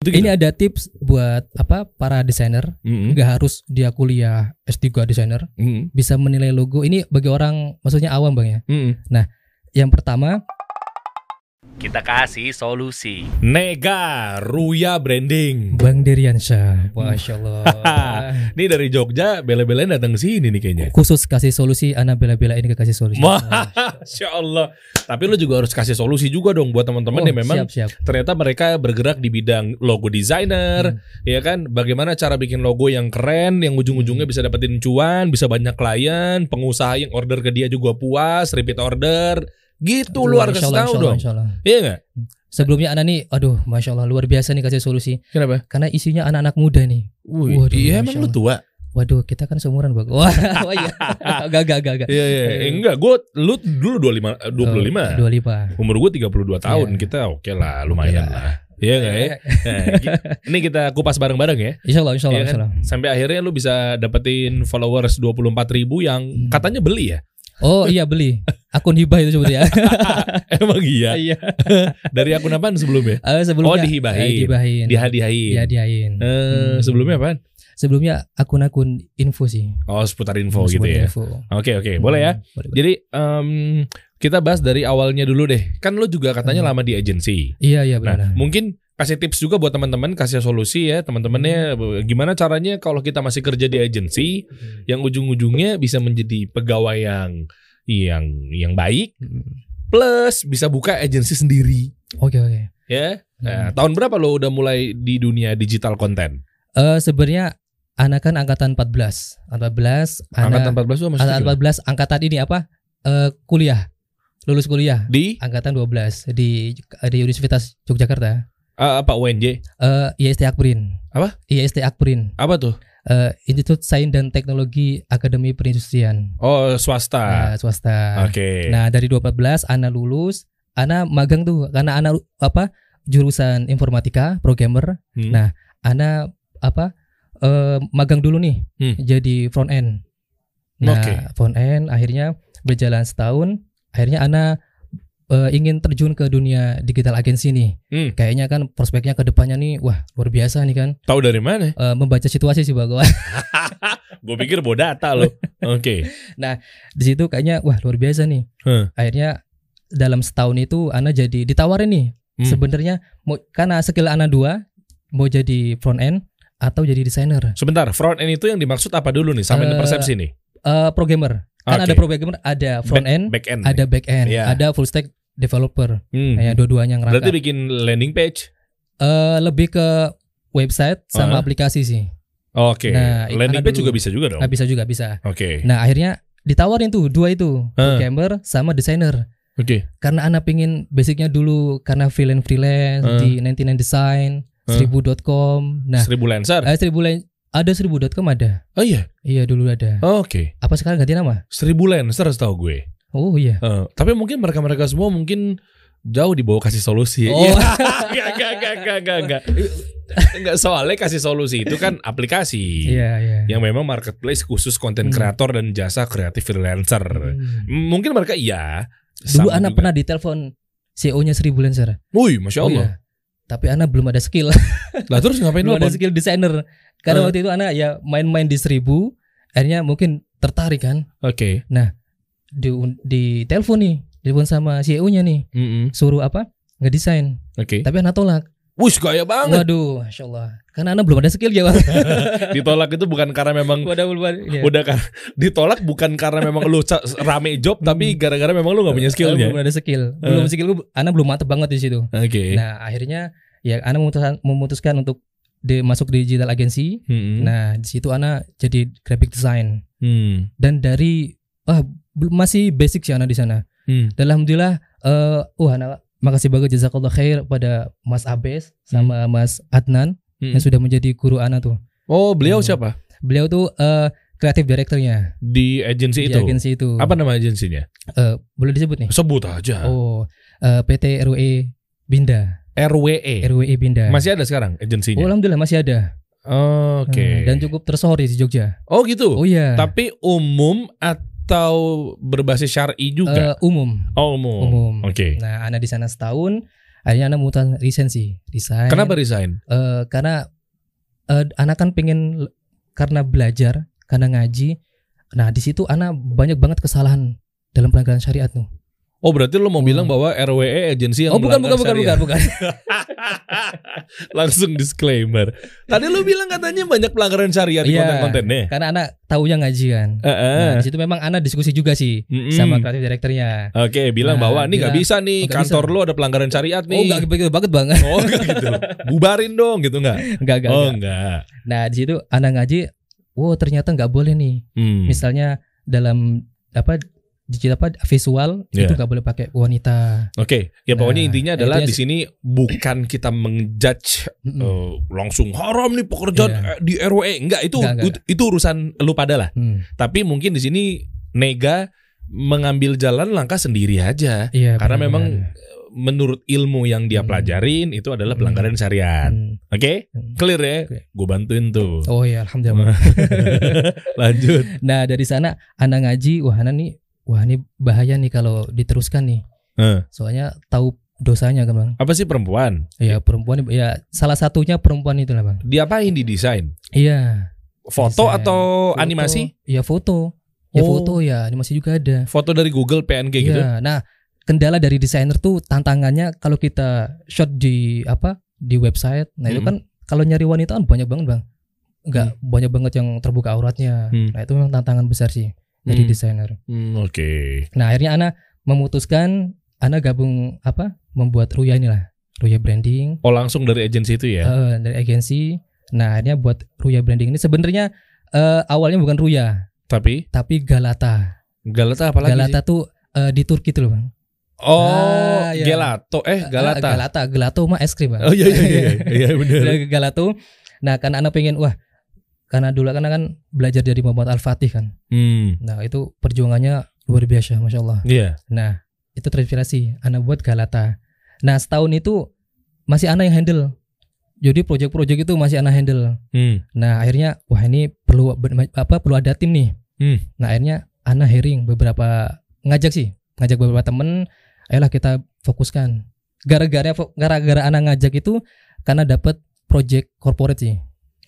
Ini ada tips buat para desainer, nggak harus dia kuliah S3 desainer, bisa menilai logo. Ini bagi orang maksudnya awam Bang ya. Nah, yang pertama kita kasih solusi. Nega Ruya Branding. Bang Deriansyah, Masya Allah. Ini dari Jogja, bela-belain datang ke sini nih kayaknya. Khusus kasih solusi, Ana bela-belain ke kasih solusi. Masya Allah. Tapi lu juga harus kasih solusi juga dong buat teman-teman yang memang siap. ternyata mereka bergerak di bidang logo designer, ya kan? Bagaimana cara bikin logo yang keren, yang ujung-ujungnya bisa dapetin cuan, bisa banyak klien, pengusaha yang order ke dia juga puas, repeat order. Gitu lu harus tahu dong. Iya gak? Sebelumnya Ana nih, aduh Masya Allah luar biasa nih kasih solusi. Kenapa? Karena isinya anak-anak muda nih. Waduh, iya emang lu tua? Waduh, kita kan seumuran Bang. Wah iya. Gak. Iya. Enggak, lu dulu 25. 25. Umur gue 32 tahun, kita oke lah, lumayan lah. Iya gak ya? Nah, ini kita kupas bareng-bareng ya. Insya Allah. Kan? Sampai akhirnya lu bisa dapetin followers 24.000 yang katanya beli ya? Oh iya beli. Akun hibah itu sebetulnya. Emang iya? Iya. Dari akun apaan sebelumnya? Sebelumnya dihibahin. Dihadiahin. Sebelumnya apaan? Sebelumnya akun-akun info sih. Oh seputar info gitu ya. Oke, boleh ya. Boleh. Jadi kita bahas dari awalnya dulu deh. Kan lu juga katanya lama di agensi. Iya benar. Nah, mungkin kasih tips juga buat teman-teman, kasih solusi ya teman-temannya. Gimana caranya kalau kita masih kerja di agensi, yang ujung-ujungnya bisa menjadi pegawai yang baik, plus bisa buka agensi sendiri. Oke. Ya. Nah, tahun berapa lo udah mulai di dunia digital konten? Sebenarnya anak kan angkatan 14. Angkatan 14 tuh maksudnya? Angkatan 14 angkatan ini kuliah. Lulus kuliah di angkatan 12 di Universitas Yogyakarta. Apa UNJ? IST Akprin. Apa? IST Akprin. Apa tuh? Institut Sains dan Teknologi Akademi Perindustrian. Oh, swasta. Swasta. Oke. Nah, dari 2014 Ana lulus, Ana magang tuh karena Ana jurusan informatika, programmer. Nah, Ana magang dulu nih. Jadi front end. Nah, front end akhirnya berjalan setahun, akhirnya Ana ingin terjun ke dunia digital agency nih. Kayaknya kan prospeknya ke depannya nih, wah luar biasa nih kan. Tahu dari mana? Membaca situasi sih Bang. Gue pikir bawa data loh. Oke. Nah di situ kayaknya wah luar biasa nih. Akhirnya dalam setahun itu Ana jadi ditawarin nih. Sebenarnya karena skill Ana 2, mau jadi front end atau jadi desainer. Sebentar, front end itu yang dimaksud apa dulu nih? Sampai persepsi nih. Programmer. Kan ada programmer, ada front end, ada back end, ada full stack developer. Yang dua-duanya ngerangka. Berarti bikin landing page? Lebih ke website sama aplikasi sih. Oke. Nah, landing page juga bisa juga dong? Bisa juga, bisa. Oke. Nah akhirnya ditawarin tuh dua itu, programmer sama desainer. Oke. Karena Ana pingin basicnya dulu karena freelance di 99 Design, 1000.com. Nah 1000 Lancer? Ada 1000.com ada. Oh iya? Iya dulu ada. Oke. Apa sekarang ganti nama? 1000 Lancer setahu gue. Oh iya. Tapi mungkin mereka semua mungkin jauh di bawah kasih solusi. Oh. Enggak, soalnya kasih solusi itu kan aplikasi. Yang memang marketplace khusus konten kreator dan jasa kreatif freelancer. Mungkin mereka iya. Dulu Ana pernah ditelepon CEO-nya 1000 Lancer. Wih, Masya Allah. Iya. Tapi Ana belum ada skill. Lah terus ngapain belum ada skill desainer. Karena waktu itu Ana ya main-main di 1000, akhirnya mungkin tertarik kan. Oke. Nah, di telepon sama CEO-nya nih. Suruh ngedesain. Oke. Tapi Ana tolak. Wush, gaya banget. Waduh, Masya Allah. Karena Ana belum ada skill ya. Ditolak itu bukan karena memang udah kan ditolak bukan karena memang lu rame job, tapi gara-gara memang lu gak punya skillnya. Belum ada skill. Ana belum mantep banget di situ. Oke. Nah, akhirnya ya Ana memutuskan untuk masuk di digital agency. Nah, di situ Ana jadi graphic design. Dan dari masih basic sih Ana di sana. Dan alhamdulillah Ana makasih banget jazakallah khair pada Mas Abes sama Mas Adnan yang sudah menjadi guru Ana tuh. Oh, beliau siapa? Beliau tuh kreatif directornya di agensi itu. Apa nama agensinya? Boleh disebut nih? Sebut aja. PT RWE Binda. RWE Binda. Masih ada sekarang agensinya? Oh, alhamdulillah masih ada. Oke. Dan cukup tersohor di Jogja. Oh gitu. Oh iya. Tapi umum atau berbasis syar'i juga? Umum. Oh umum. Oke. Nah, Ana di sana setahun. Akhirnya anak memutuskan resign sih. Resign. Kenapa resign? Karena anak kan pengen karena belajar, karena ngaji. Nah di situ anak banyak banget kesalahan dalam pelanggaran syariat tuh. Oh berarti lo mau bilang bahwa RWE agensi yang bukan. Langsung disclaimer. Tadi lo bilang katanya banyak pelanggaran syariat di konten-kontennya. Karena anak taunya ngaji kan. Nah di situ memang anak diskusi juga sih sama kreatif direkturnya. Oke, bilang bahwa ini nggak bisa nih kantor lo ada pelanggaran syariat nih. Oh nggak begitu banget bang. Oh nggak gitu. Bubarin dong gitu nggak? Nggak. Nah di situ anak ngaji, ternyata nggak boleh nih. Misalnya dalam visual itu nggak boleh pakai wanita. Oke, ya pokoknya intinya adalah di sini bukan kita mengjudge langsung haram nih pekerjaan di RWE, enggak. Itu urusan lu pada lah. Tapi mungkin di sini Nega mengambil jalan langkah sendiri aja, karena memang menurut ilmu yang dia pelajarin itu adalah pelanggaran syariat. Oke? Clear ya? Gue bantuin tuh. Oh ya, alhamdulillah. Lanjut. Nah dari sana anak ngaji, wah ini bahaya nih kalau diteruskan nih. Soalnya tahu dosanya kan bang. Apa sih perempuan? Iya perempuan, ya salah satunya perempuan itu lah bang. Diapain di desain? Iya. Foto atau animasi? Iya foto. Ya foto ya, animasi juga ada. Foto dari Google PNG gitu? Iya. Nah kendala dari desainer tuh tantangannya kalau kita shot di website. Nah itu kan kalau nyari wanita kan banyak banget bang. Enggak banyak banget yang terbuka auratnya. Nah itu memang tantangan besar sih dari desainer. Oke. Nah akhirnya Ana memutuskan Ana gabung membuat Ruya inilah, Ruya Branding. Oh langsung dari agensi itu ya? Dari agensi. Nah akhirnya buat Ruya Branding ini sebenarnya awalnya bukan Ruya, tapi Galata. Galata apa lagi? Galata tuh di Turki tuh loh bang. Oh Gelato Galata. Gelato mah es krim bang. Oh iya benar. Gelato. Nah kan Ana pengen karena dulu kan belajar dari Muhammad Al-Fatih kan. Nah itu perjuangannya luar biasa, Masya Allah. Nah itu terinspirasi Ana buat Galata. Nah setahun itu masih Ana yang handle. Jadi project-project itu masih Ana handle. Nah akhirnya ini perlu ada tim nih. Nah akhirnya Ana ngajak beberapa temen. Ayolah kita fokuskan. Gara-gara Ana ngajak itu karena dapat project corporate sih.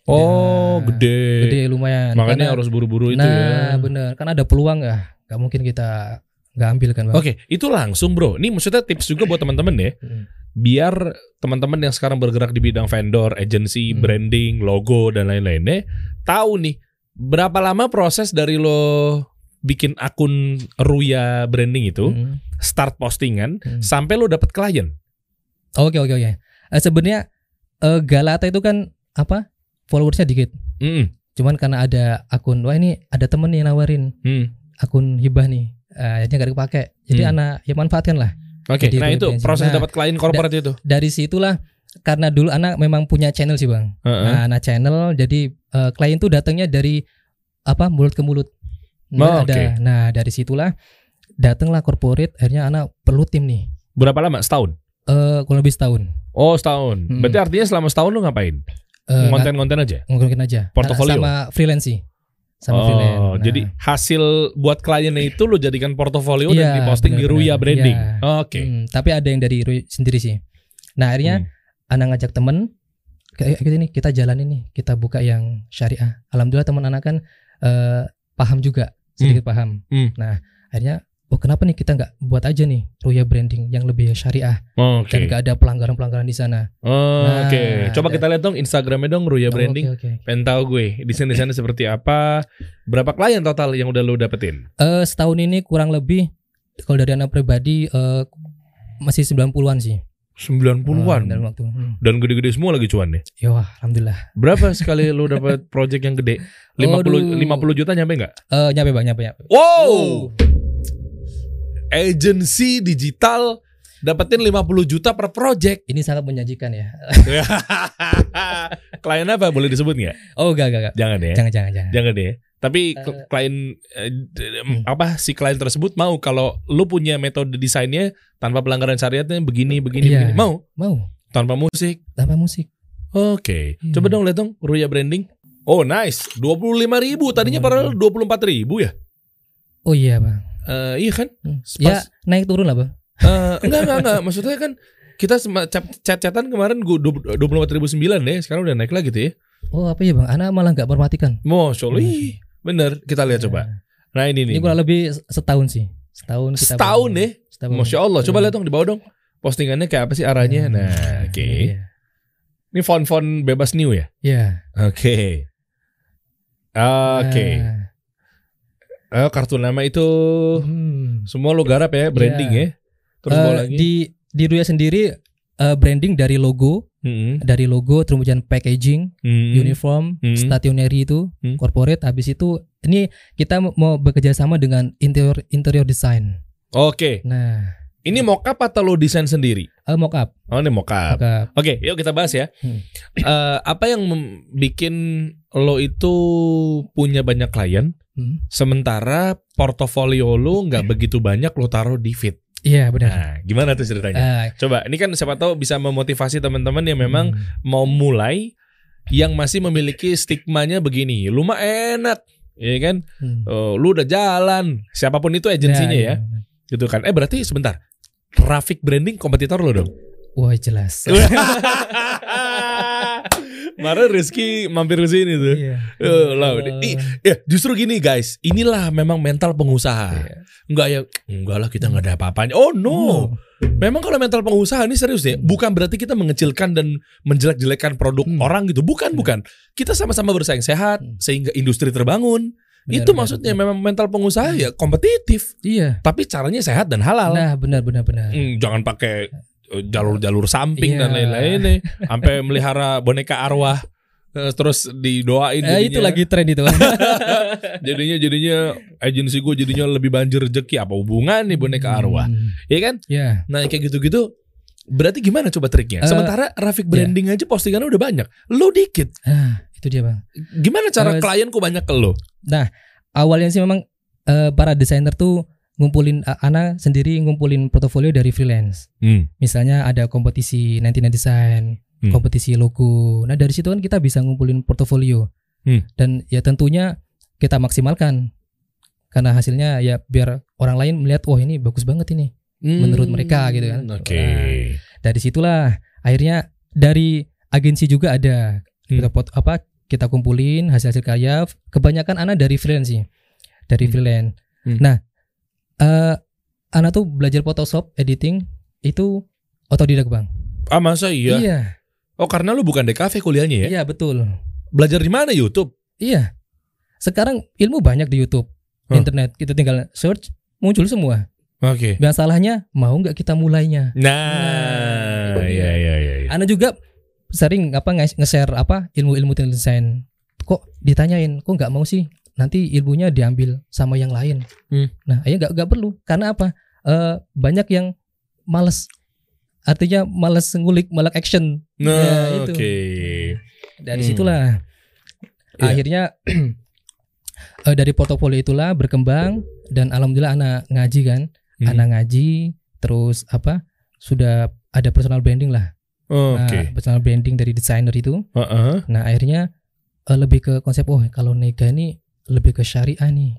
Gede lumayan. Makanya harus buru-buru itu ya. Nah bener, kan ada peluang gak mungkin kita gak ambil kan bang. Oke, itu langsung bro. Ini maksudnya tips juga buat teman-teman ya. Biar teman-teman yang sekarang bergerak di bidang vendor, agency, branding, logo dan lain-lainnya tahu nih berapa lama proses dari lo bikin akun Ruya Branding itu, start postingan sampai lo dapet klien. Oke. Sebenarnya Galata itu kan followersnya dikit. Cuman karena ada akun, ini ada temen yang nawarin akun hibah nih, akhirnya gak dipakai. Jadi anak ya manfaatkan lah. Oke. Nah itu proses dapat klien corporate itu. Dari situlah, karena dulu anak memang punya channel sih bang. Nah anak channel, jadi klien tuh datangnya dari mulut ke mulut. Nah dari situlah datanglah corporate. Akhirnya anak perlu tim nih. Berapa lama? Setahun? Kurang lebih setahun. Oh setahun. Berarti artinya selama setahun lu ngapain? Konten-konten aja? Konten aja. Portofolio? Sama freelance sih. Freelance. Nah. Jadi hasil buat kliennya itu lo jadikan portofolio dan diposting di Ruya Branding. Oke. Tapi ada yang dari Ruya sendiri sih. Nah akhirnya anak ngajak temen, kita jalanin nih, kita buka yang syariah. Alhamdulillah teman anak kan paham juga, sedikit paham. Nah akhirnya kenapa nih kita nggak buat aja nih Ruya Branding yang lebih syariah dan nggak ada pelanggaran di sana. Coba kita lihat dong Instagramnya dong Ruya Branding. Pengen tahu gue desain-desainnya seperti apa. Berapa klien total yang udah lo dapetin? Setahun ini kurang lebih kalau dari anak pribadi masih 90-an sih. 90-an dalam waktu. Dan gede-gede semua lagi cuan nih. Ya alhamdulillah. Berapa sekali lo dapat project yang gede? 50 juta nyampe nggak? Nyampe bang, nyampe. Wow. Agency digital dapetin 50 juta per project. Ini sangat menjanjikan ya. Klien apa boleh disebut nggak? Oh enggak. Jangan deh. Jangan deh. Tapi klien si klien tersebut mau kalau lu punya metode desainnya tanpa pelanggaran syariatnya begini. Mau? Tanpa musik. Oke. Coba dong lihat dong Ruya Branding. Oh nice. 25.000 tadinya padahal 24.000 ya. Oh iya bang. Iya kan? Ya naik turun lah bang. Enggak. Maksudnya kan Kita chat-chatan kemarin gue 24.009 deh, sekarang udah naik lagi tuh ya. Oh apa ya bang? Ana malah nggak memperhatikan. Masya Allah, bener. Kita lihat coba. Nah ini nih. Ini kurang lebih setahun sih. Setahun deh. Masya Allah. Coba lihat dong di bawah dong. Postingannya kayak apa sih arahnya? Nah, oke. Ini font-font bebas new ya? Iya. Oke. Kartu nama itu semua lo garap ya, branding ya. Terus lagi. Di Ruya sendiri branding dari logo, terus kemudian packaging, uniform, stationery itu, corporate. Habis itu ini kita mau bekerja sama dengan interior design. Oke. Nah, ini mock-up atau lo desain sendiri? Mock-up. Oh ini mock-up. Oke, yuk kita bahas ya. Apa yang bikin lo itu punya banyak klien, sementara portofolio lo nggak begitu banyak lo taruh di feed? Iya benar. Nah, gimana tuh ceritanya? Coba, ini kan siapa tahu bisa memotivasi teman-teman yang memang mau mulai, yang masih memiliki stigmanya begini, lu mah enak, ya kan? Lu udah jalan, siapapun itu agensinya ya, gitu kan? Berarti sebentar, Rafiq Branding kompetitor lo dong? Wah jelas. Kemarin Rizky mampir ke sini tuh. Justru gini guys, inilah memang mental pengusaha. Enggak lah kita nggak ada apa-apanya. Oh no. Memang kalau mental pengusaha ini serius deh. Bukan berarti kita mengecilkan dan menjelek-jelekan produk orang gitu. Bukan. Kita sama-sama bersaing sehat sehingga industri terbangun. Itu maksudnya memang mental pengusaha ya kompetitif. Iya. Tapi caranya sehat dan halal. Nah benar. Jangan pakai jalur samping dan lain-lain nih, sampai melihara boneka arwah terus didoain jadinya. Itu lagi tren itu. jadinya agensi gue jadinya lebih banjir rezeki. Apa hubungan nih boneka arwah? Ya kan? Yeah. Nah kayak gitu-gitu. Berarti gimana coba triknya? Sementara Rafiq Branding aja postingannya udah banyak, lo dikit. Itu dia bang. Gimana cara klien kok banyak ke lo? Nah awalnya sih memang para desainer tuh Ana sendiri ngumpulin portofolio dari freelance. Misalnya ada kompetisi 99 Design, kompetisi logo. Nah dari situ kan kita bisa ngumpulin portofolio. Dan ya tentunya kita maksimalkan. Karena hasilnya ya biar orang lain melihat, wah ini bagus banget ini. Menurut mereka gitu kan. Oke. Nah, dari situlah akhirnya dari agensi juga ada. Kita kumpulin hasil-hasil karya. Kebanyakan Ana dari freelance sih. Dari freelance. Nah Ana tuh belajar Photoshop, editing itu otodidak bang. Masa iya? Iya. Oh karena lu bukan DKV kuliahnya ya? Iya betul. Belajar di mana? YouTube? Iya. Sekarang ilmu banyak di YouTube, internet. Kita tinggal search, muncul semua. Oke. Masalahnya mau nggak kita mulainya? Nah, iya. Ana juga sering nge-share ilmu-ilmu desain. Kok ditanyain, kok nggak mau sih? Nanti ilmunya diambil sama yang lain. Nah, ya nggak perlu. Karena apa? Banyak yang males. Artinya males ngulik, malah action. Nah, itu. Oke. Dari situlah akhirnya dari portofolio itulah berkembang dan alhamdulillah anak ngaji kan. Anak ngaji, terus sudah ada personal branding lah. Personal branding dari desainer itu. Nah, akhirnya lebih ke konsep kalau Nega ini lebih ke syariah nih.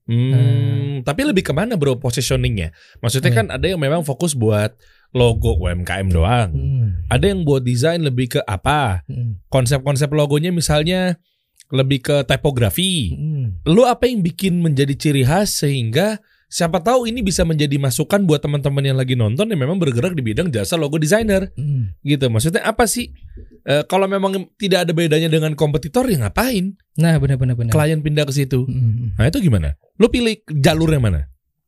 Tapi lebih kemana bro positioningnya? Maksudnya kan ada yang memang fokus buat logo UMKM doang. Ada yang buat desain lebih ke apa? Konsep-konsep logonya misalnya lebih ke tipografi. Lu apa yang bikin menjadi ciri khas sehingga siapa tahu ini bisa menjadi masukan buat teman-teman yang lagi nonton yang memang bergerak di bidang jasa logo designer. Gitu. Maksudnya apa sih? Kalau memang tidak ada bedanya dengan kompetitor ya ngapain? Nah benar. Klien pindah ke situ. Nah itu gimana? Lu pilih jalurnya mana?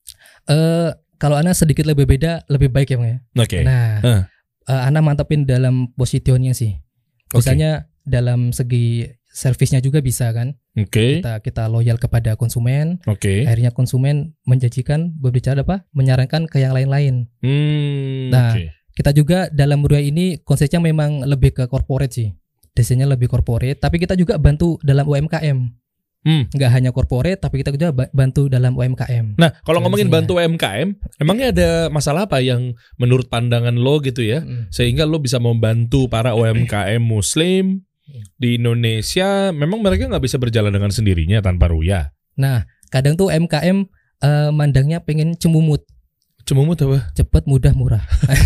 Kalau Ana sedikit lebih beda, lebih baik ya bang ya. Oke. Nah, Ana mantapin dalam positionnya sih. Misalnya dalam segi servisnya juga bisa kan. Kita loyal kepada konsumen. Akhirnya konsumen menjanjikan berbicara menyarankan ke yang lain-lain. Nah, kita juga dalam Ruya ini konsepnya memang lebih ke corporate sih. Desainnya lebih corporate, tapi kita juga bantu dalam UMKM. Nggak hanya corporate, tapi kita juga bantu dalam UMKM. Nah, kalau ngomongin bantu UMKM, emangnya ada masalah apa yang menurut pandangan lo gitu ya, sehingga lo bisa membantu para UMKM Muslim di Indonesia? Memang mereka nggak bisa berjalan dengan sendirinya tanpa Ruya. Nah, kadang tuh UMKM mandangnya pengen cemumut. Cemumut apa? Cepat, mudah, murah.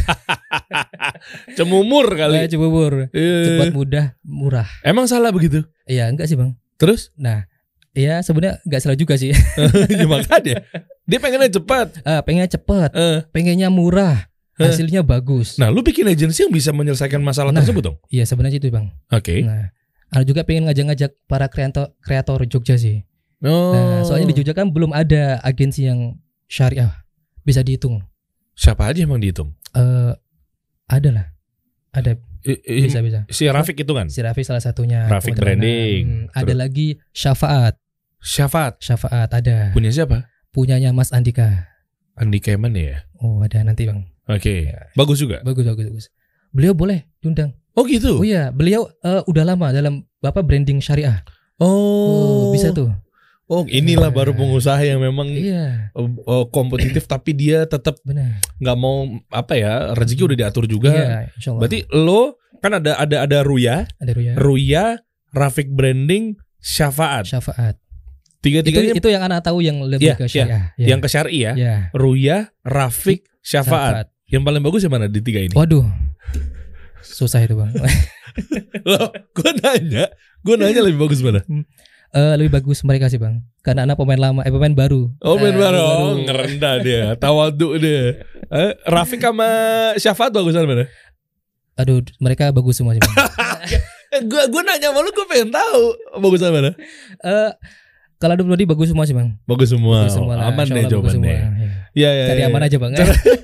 Cemumur kali. Cemumur. Cepat, mudah, murah. Emang salah begitu? Iya, enggak sih, Bang. Terus? Nah, ya sebenarnya enggak salah juga sih. Ya makanya. Dia pengennya cepat. Pengennya cepat. Pengennya murah. Hasilnya bagus. Nah, lu bikin agensi yang bisa menyelesaikan masalah tersebut dong? Iya, sebenarnya itu, Bang. Oke. Nah, ada juga pengen ngajak-ngajak para kreator Jogja sih. Nah, soalnya di Jogja kan belum ada agensi yang syariah bisa dihitung. Siapa aja emang dihitung? Ada lah. Ada. Bisa. Si Rafiq itu kan? Si Rafiq salah satunya. Rafiq Branding. Ada lagi Syafaat ada. Punya siapa? Punyanya Mas Andika. Andika mana ya? Oh, ada nanti, Bang. Oke. Bagus juga. Bagus. Beliau boleh diundang. Oh gitu. Oh iya, beliau udah lama dalam branding syariah. Oh, bisa tuh. Oh, inilah baru pengusaha yang memang kompetitif tapi dia tetap nggak mau rezeki udah diatur juga. Iya, insyaallah. Berarti lo kan ada Ruya, Rafiq Branding, Syafaat. Tiga-tiganya itu yang anak tahu yang lebih ke syariah. Yang ke syari ya. Ruya, Rafiq, Syafaat. Yang paling bagus yang mana di tiga ini? Waduh. Susah itu, Bang. Loh, gue nanya lebih bagus mana? Lebih bagus mereka sih, Bang. Karena anak pemain baru. Oh, pemain baru. Ngerendah dia, tawaduk dia. Rafiq sama Syafaat bagusan mana? Aduh, mereka bagus semua sih, Bang. Gue nanya sama lu, gue pengen tahu bagusan mana. Kalau ada Brody bagus semua sih, Bang. Bagus semua. Aman deh jawabannya. Iya. Cari aman aja, Bang.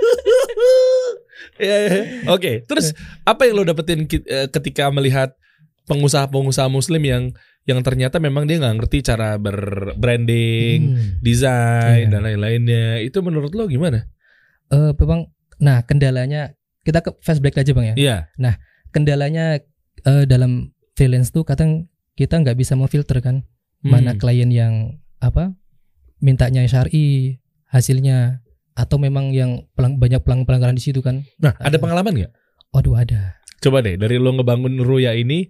Oke, terus apa yang lo dapetin ketika melihat pengusaha-pengusaha Muslim yang ternyata memang dia nggak ngerti cara berbranding, desain dan lain-lainnya. Itu menurut lo gimana? Bang, nah kendalanya kita ke flashback aja, Bang ya. Iya. Nah kendalanya dalam freelance tuh kadang kita nggak bisa memfilter kan mana klien yang mintanya syar'i hasilnya atau memang yang banyak pelanggaran di situ kan. Nah, ada pengalaman nggak? Waduh, ada. Coba deh dari lo ngebangun Ruya ini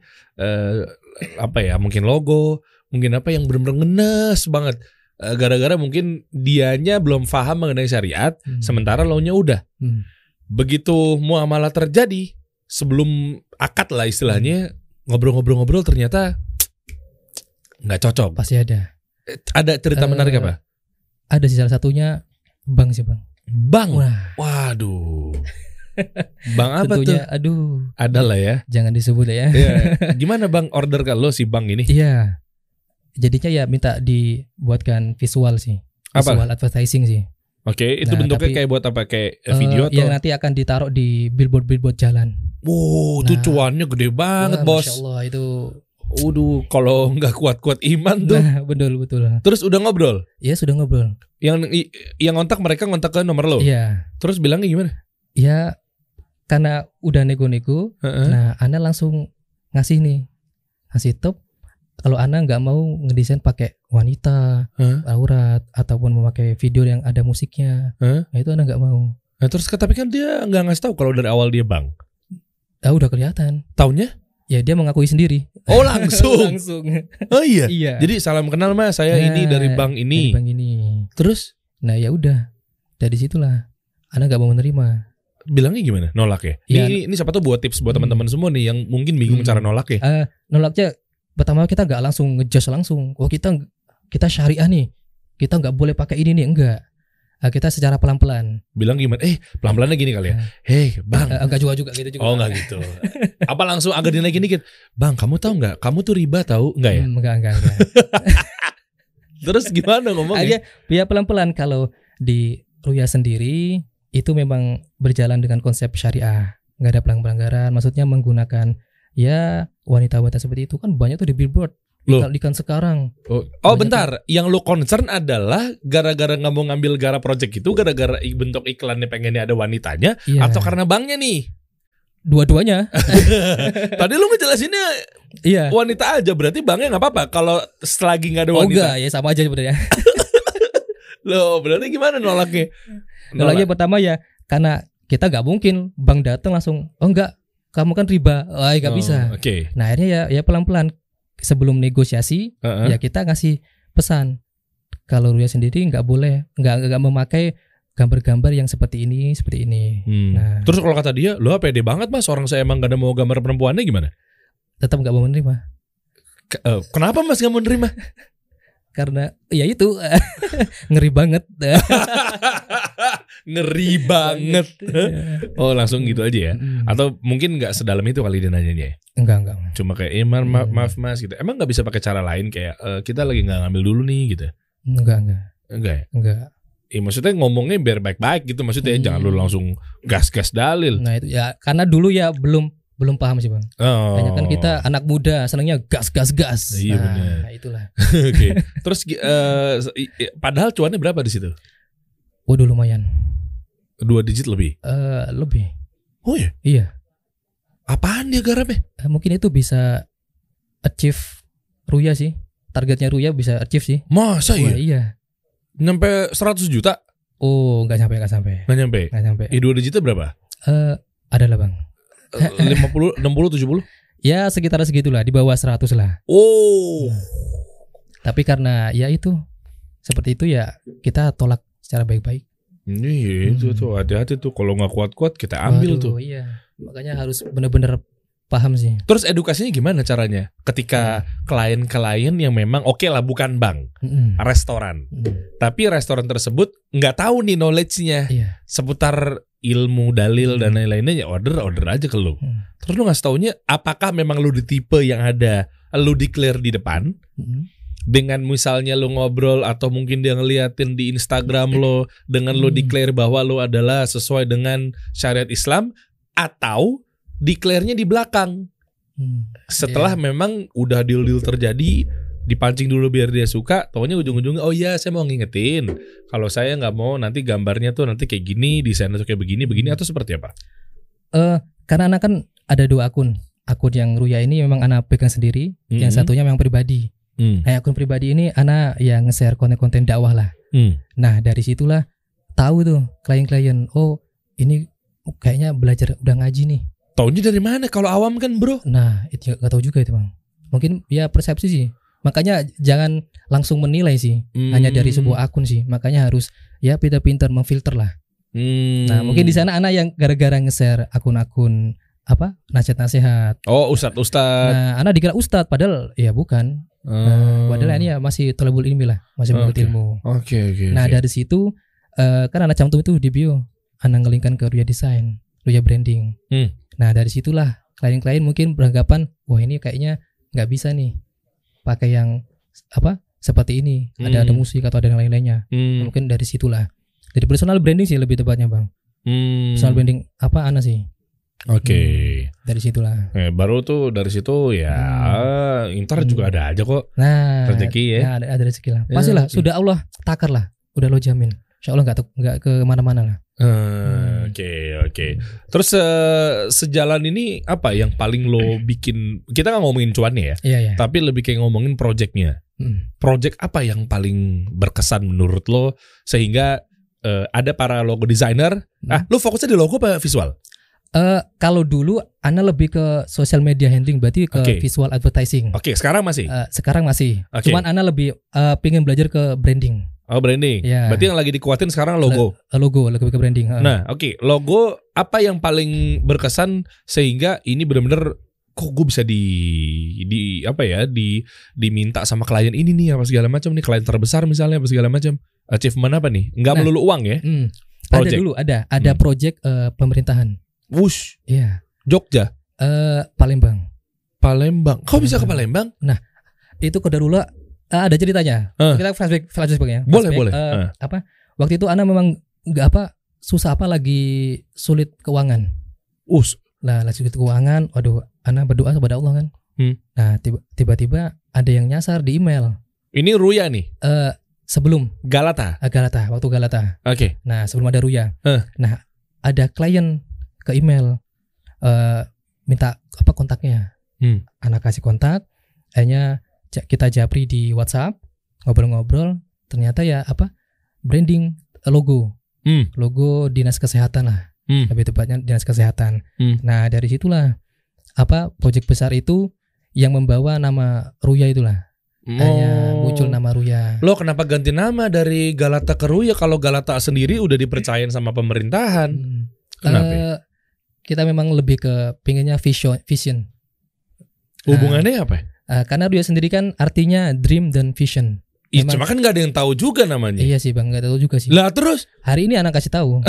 mungkin logo, mungkin yang benar-benar ngenes banget. Gara-gara mungkin dianya belum paham mengenai syariat, sementara lo nya udah. Begitu muamalah terjadi, sebelum akad lah istilahnya, ngobrol-ngobrol ternyata nggak cocok. Pasti ada. Ada cerita menarik apa? Ada sih, salah satunya Bang sih, Bang. Bang? Waduh. Bang apa tentunya, tuh? Aduh. Ada lah ya. Jangan disebut ya. Gimana Bang order kalau si Bang ini? Iya. Jadinya ya minta dibuatkan visual sih. Visual advertising sih. Oke, itu bentuknya kayak buat apa? Kayak video atau? Yang nanti akan ditaruh di billboard jalan. Wow, itu cuannya gede banget, Bos. Masya Allah, itu. Waduh, kalau nggak kuat-kuat iman tuh. Nah, betul. Terus udah ngobrol? Iya, sudah ngobrol. Yang mereka ngontak ke nomor lo? Iya. Terus bilangnya gimana? Ya, karena udah nego-nego, nah Ana langsung ngasih top. Kalau Ana nggak mau ngedesain pakai wanita, aurat, ataupun memakai video yang ada musiknya, nah itu Ana nggak mau. Nah, terus tapi kan dia nggak ngasih tahu kalau dari awal dia Bang. Udah kelihatan. Taunya? Ya dia mengakui sendiri. Oh langsung. Oh iya. Jadi salam kenal Mas, saya ini dari bank ini. Dari bank ini. Terus? Nah ya udah, dari situlah Ana nggak mau menerima. Bilangnya gimana? Nolak ya? Ini siapa tuh buat tips buat teman-teman semua nih yang mungkin bingung cara nolak ya? Nolaknya pertama kita nggak langsung ngejudge langsung. Oh kita syariah nih, kita nggak boleh pakai ini nih, enggak. Kita secara pelan-pelan. Bilang gimana? Pelan-pelannya gini kali ya. Hei Bang. Enggak juga gitu juga. Oh enggak gitu. Apa langsung agak dinaikin dikit? Bang, kamu tahu nggak? Kamu tuh riba tahu? Enggak ya? Enggak. Terus gimana ngomongnya? Biar pelan-pelan. Kalau di Ruya sendiri itu memang berjalan dengan konsep syariah. Enggak ada pelanggaran. Maksudnya menggunakan wanita-wanita seperti itu kan banyak tuh di billboard. Iklan sekarang. Oh bentar, yang lo concern adalah gara-gara nggak mau ngambil gara project itu gara-gara bentuk iklannya pengennya ada wanitanya, atau karena banknya nih? Dua-duanya. Tadi lo ngejelasinnya wanita aja, berarti banknya nggak apa-apa kalau selagi nggak ada wanita. Enggak, ya sama aja sebenarnya. Loh, berarti gimana nolaknya? Nolaknya pertama karena kita nggak mungkin bank datang langsung, oh enggak, kamu kan riba, nggak bisa. Okay. Nah akhirnya ya pelan-pelan. Sebelum negosiasi, ya kita ngasih pesan kalau Ruya sendiri nggak boleh, nggak memakai gambar-gambar yang seperti ini. Nah, terus kalau kata dia, lo pede banget mas, orang saya emang gak ada mau gambar perempuannya gimana? tetap nggak mau menerima. Kenapa mas gak mau menerima? Karena ya itu ngeri banget. Ngeri banget. Oh langsung gitu aja ya? Atau mungkin nggak sedalam itu kali dia nanyanya? Enggak. Cuma kayak maaf mas gitu. Emang nggak bisa pakai cara lain kayak kita lagi nggak ngambil dulu nih gitu? Enggak ya? Enggak. Maksudnya ngomongnya biar baik-baik gitu. Maksudnya jangan lu langsung gas-gas dalil. Nah itu ya karena dulu ya belum paham sih bang. Hanya kan kita anak muda senangnya gas. Iya nah, benar. Itulah. Oke. Terus padahal cuannya berapa di situ? Waduh lumayan. 2 digit lebih? Lebih. Oh ya? Iya. Apaan dia garapnya? Mungkin itu bisa achieve Ruya sih. Targetnya Ruya bisa achieve sih. Masa iya? Iya. Nyampe 100 juta? Oh nggak sampai. Nggak nyampe. 2 digitnya berapa? Adalah bang. 50, 60, 70? Ya sekitar segitulah, di bawah 100 lah. Oh. Tapi karena ya itu seperti itu ya kita tolak secara baik-baik. Iya itu tuh hati-hati tuh kalau nggak kuat-kuat kita ambil. Waduh, tuh. Iya. Makanya harus benar-benar paham sih. Terus edukasinya gimana caranya? Ketika klien-klien yang memang oke lah bukan bank, restoran. Tapi restoran tersebut nggak tahu nih knowledge-nya seputar ilmu, dalil dan lain-lainnya, ya order aja ke lu. Terus lu ngasih taunya apakah memang lu di tipe yang ada lu declare di depan dengan misalnya lu ngobrol atau mungkin dia ngeliatin di Instagram lo dengan lu declare bahwa lu adalah sesuai dengan syariat Islam, atau declare-nya di belakang setelah memang udah deal terjadi, dipancing dulu biar dia suka, taunya ujung-ujungnya oh iya saya mau ngingetin kalau saya nggak mau nanti gambarnya tuh nanti kayak gini, desainnya tuh kayak begini atau seperti apa? Karena anak kan ada 2 akun yang Ruya ini memang anak pegang sendiri, yang satunya memang pribadi. Nah akun pribadi ini anak yang nge-share konten-konten dakwah lah. Nah dari situlah tahu tuh klien-klien, oh ini kayaknya belajar udah ngaji nih. Taunya dari mana kalau awam kan bro? Nah itu nggak tahu juga itu bang. Mungkin ya persepsi sih. Makanya jangan langsung menilai sih hanya dari sebuah akun sih. Makanya harus ya pintar-pintar memfilter lah. Nah mungkin di sana anak yang gara-gara nge-share akun-akun apa nasihat-nasihat. Oh ustad. Nah anak dikira ustad padahal ya bukan. Padahal ini ya masih thalabul ilmi lah, masih menuntut ilmu. Oke. Nah dari situ kan anak cantum itu di bio anak ngelingkan ke Ruya Design, Ruya Branding. Nah dari situlah klien-klien mungkin beranggapan wah ini kayaknya nggak bisa nih pakai yang apa seperti ini, ada musik atau ada yang lain-lainnya. Mungkin dari situlah, dari personal branding sih lebih tepatnya bang. Personal branding apa anak sih? Oke. Dari situlah. Baru tuh dari situ ya ntar juga ada aja kok. Nah rezeki ya. Nah, ada rezeki lah. Pastilah sudah Allah takar lah, udah lo jamin. Insya Allah nggak ke mana-mana lah. Oke. Terus sejalan ini apa yang paling lo bikin? Kita nggak ngomongin cuannya ya, iya. Tapi lebih kayak ngomongin projectnya. Project apa yang paling berkesan menurut lo sehingga ada para logo designer? Lo fokusnya di logo apa visual? Kalau dulu Ana lebih ke social media handling, berarti ke visual advertising. Oke, sekarang masih? Sekarang masih. Cuman Ana lebih pengen belajar ke branding. Oh branding, berarti yang lagi dikuatin sekarang logo. Logo, lebih ke branding. Nah, logo apa yang paling berkesan sehingga ini benar-benar kok gue bisa diminta sama klien ini nih apa segala macam nih, klien terbesar misalnya apa segala macam. Achievement apa nih? Nggak melulu uang ya? Ada dulu, ada project pemerintahan. Wush. Iya. Jogja. Palembang. Kok bisa ke Palembang? Nah, itu kodarullah ada ceritanya. Kita flashback ya. Boleh. Waktu itu Ana memang susah lagi sulit keuangan. Lagi sulit keuangan. Waduh, Ana berdoa kepada Allah kan. Nah, tiba-tiba ada yang nyasar di email. Ini Ruya nih. Sebelum Galata. Waktu Galata. Oke. Nah, sebelum ada Ruya. Nah, ada klien ke email minta kontaknya. Anak kasih kontak, akhirnya kita japri di WhatsApp, ngobrol-ngobrol, ternyata ya branding logo dinas kesehatan lah, lebih tepatnya dinas kesehatan. Nah dari situlah project besar itu yang membawa nama Ruya itulah. Hanya muncul nama Ruya. Lo kenapa ganti nama dari Galata ke Ruya kalau Galata sendiri udah dipercayain sama pemerintahan? Kenapa? Kita memang lebih ke pinginnya vision. Hubungannya apa? Karena Ruya sendiri kan artinya dream dan vision. Cuma kan nggak ada yang tahu juga namanya. Iya sih bang, nggak tahu juga sih. Lah terus? Hari ini anak kasih tahu.